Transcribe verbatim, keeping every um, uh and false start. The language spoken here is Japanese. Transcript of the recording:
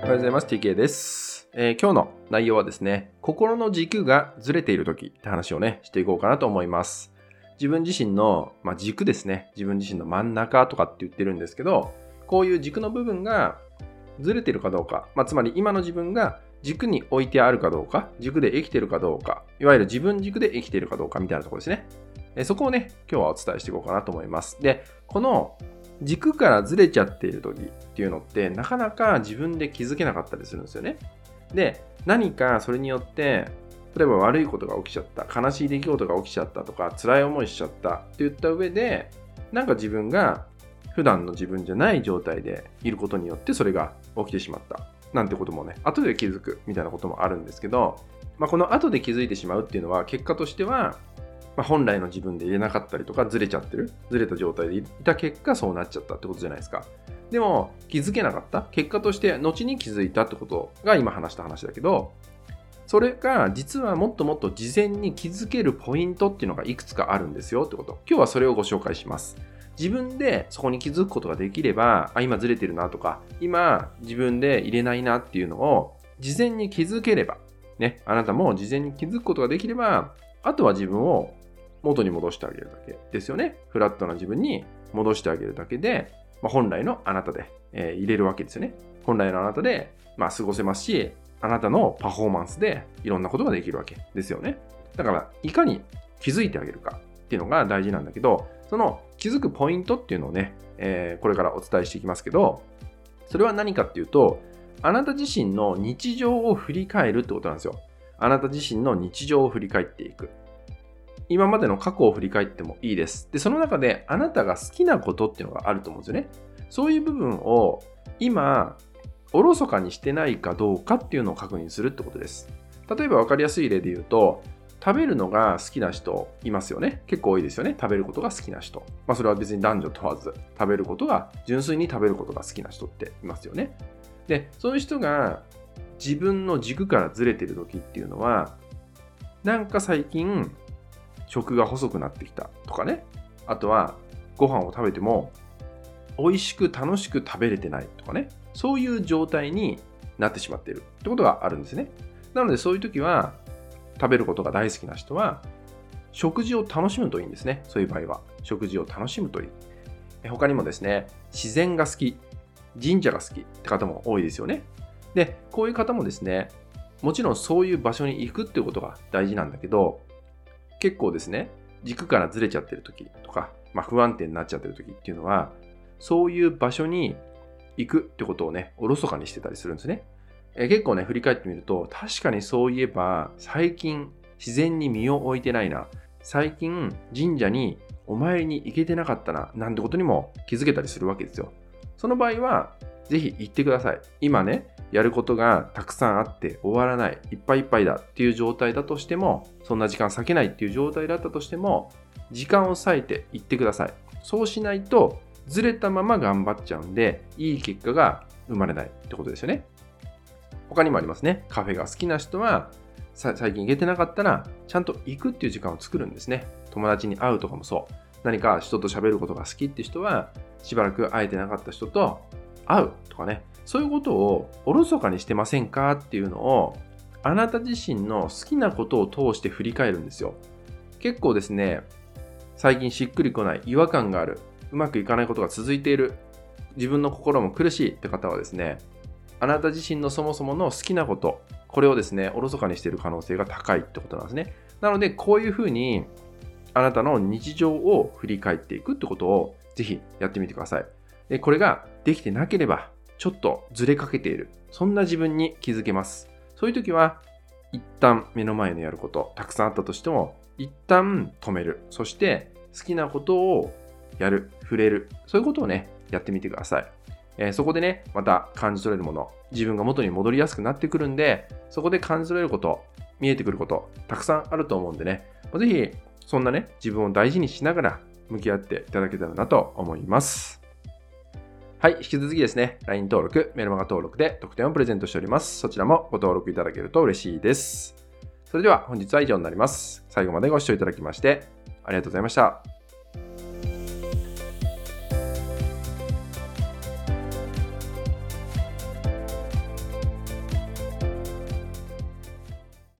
おはようございます。ティーケー です、えー。今日の内容はですね、心の軸がずれている時って話をね、していこうかなと思います。自分自身の、まあ、軸ですね。自分自身の真ん中とかって言ってるんですけど、こういう軸の部分がずれているかどうか、まあ、つまり今の自分が軸に置いてあるかどうか、軸で生きているかどうか、いわゆる自分軸で生きているかどうかみたいなところですね。えー、そこをね、今日はお伝えしていこうかなと思います。で、この軸からずれちゃっている時っていうのってなかなか自分で気づけなかったりするんですよね。で、何かそれによって例えば悪いことが起きちゃった、悲しい出来事が起きちゃったとか辛い思いしちゃったって言った上で、なんか自分が普段の自分じゃない状態でいることによってそれが起きてしまったなんてこともね、後で気づくみたいなこともあるんですけど、まあ、この後で気づいてしまうっていうのは結果としてはまあ、本来の自分で言えなかったりとかずれちゃってるずれた状態でいた結果そうなっちゃったってことじゃないですか。でも気づけなかった結果として後に気づいたってことが今話した話だけど、それが実はもっともっと事前に気づけるポイントっていうのがいくつかあるんですよってこと。今日はそれをご紹介します。自分でそこに気づくことができれば、あ、今ずれてるなとか今自分で入れないなっていうのを事前に気づければね、あなたも事前に気づくことができれば、あとは自分を元に戻してあげるだけですよね。フラットな自分に戻してあげるだけで、まあ、本来のあなたで、えー、入れるわけですよね。本来のあなたで、まあ、過ごせますし、あなたのパフォーマンスでいろんなことができるわけですよね。だからいかに気づいてあげるかっていうのが大事なんだけど、その気づくポイントっていうのをね、えー、これからお伝えしていきますけど、それは何かっていうと、あなた自身の日常を振り返るってことなんですよ。あなた自身の日常を振り返っていく。今までの過去を振り返ってもいいです。で、その中であなたが好きなことっていうのがあると思うんですよね。そういう部分を今、おろそかにしてないかどうかっていうのを確認するってことです。例えば分かりやすい例で言うと、食べるのが好きな人いますよね。結構多いですよね。食べることが好きな人。まあそれは別に男女問わず、食べることが、純粋に食べることが好きな人っていますよね。で、そういう人が自分の軸からずれてる時っていうのは、なんか最近、食が細くなってきたとかね、あとはご飯を食べても美味しく楽しく食べれてないとかね、そういう状態になってしまっているってことがあるんですね。なのでそういう時は食べることが大好きな人は食事を楽しむといいんですね。そういう場合は食事を楽しむといい。他にもですね、自然が好き、神社が好きって方も多いですよね。で、こういう方もですね、もちろんそういう場所に行くっていうことが大事なんだけど、結構ですね、軸からずれちゃってる時とか、まあ、不安定になっちゃってる時っていうのは、そういう場所に行くってことをね、おろそかにしてたりするんですね。え結構ね、振り返ってみると、確かにそういえば、最近自然に身を置いてないな。最近神社にお参りに行けてなかったな、なんてことにも気づけたりするわけですよ。その場合は、ぜひ行ってください。今ね、やることがたくさんあって終わらない、いっぱいいっぱいだっていう状態だとしても、そんな時間割けないっていう状態だったとしても、時間を割いて行ってください。そうしないとずれたまま頑張っちゃうんで、いい結果が生まれないってことですよね。他にもありますね。カフェが好きな人は最近行けてなかったらちゃんと行くっていう時間を作るんですね。友達に会うとかもそう。何か人と喋ることが好きって人は、しばらく会えてなかった人と会うとかね、そういうことをおろそかにしてませんかっていうのを、あなた自身の好きなことを通して振り返るんですよ。結構ですね、最近しっくりこない、違和感がある、うまくいかないことが続いている、自分の心も苦しいって方はですね、あなた自身のそもそもの好きなこと、これをですね、おろそかにしている可能性が高いってことなんですね。なので、こういうふうにあなたの日常を振り返っていくってことをぜひやってみてください。で、これができてなければ、ちょっとずれかけている。そんな自分に気づけます。そういう時は、一旦目の前のやること、たくさんあったとしても、一旦止める。そして、好きなことをやる、触れる。そういうことをね、やってみてください。えー、そこでね、また感じ取れるもの、自分が元に戻りやすくなってくるんで、そこで感じ取れること、見えてくること、たくさんあると思うんでね、ぜひ、そんなね、自分を大事にしながら向き合っていただけたらなと思います。はい、引き続きですね、ライン 登録、メルマガ登録で特典をプレゼントしております。そちらもご登録いただけると嬉しいです。それでは本日は以上になります。最後までご視聴いただきましてありがとうございました。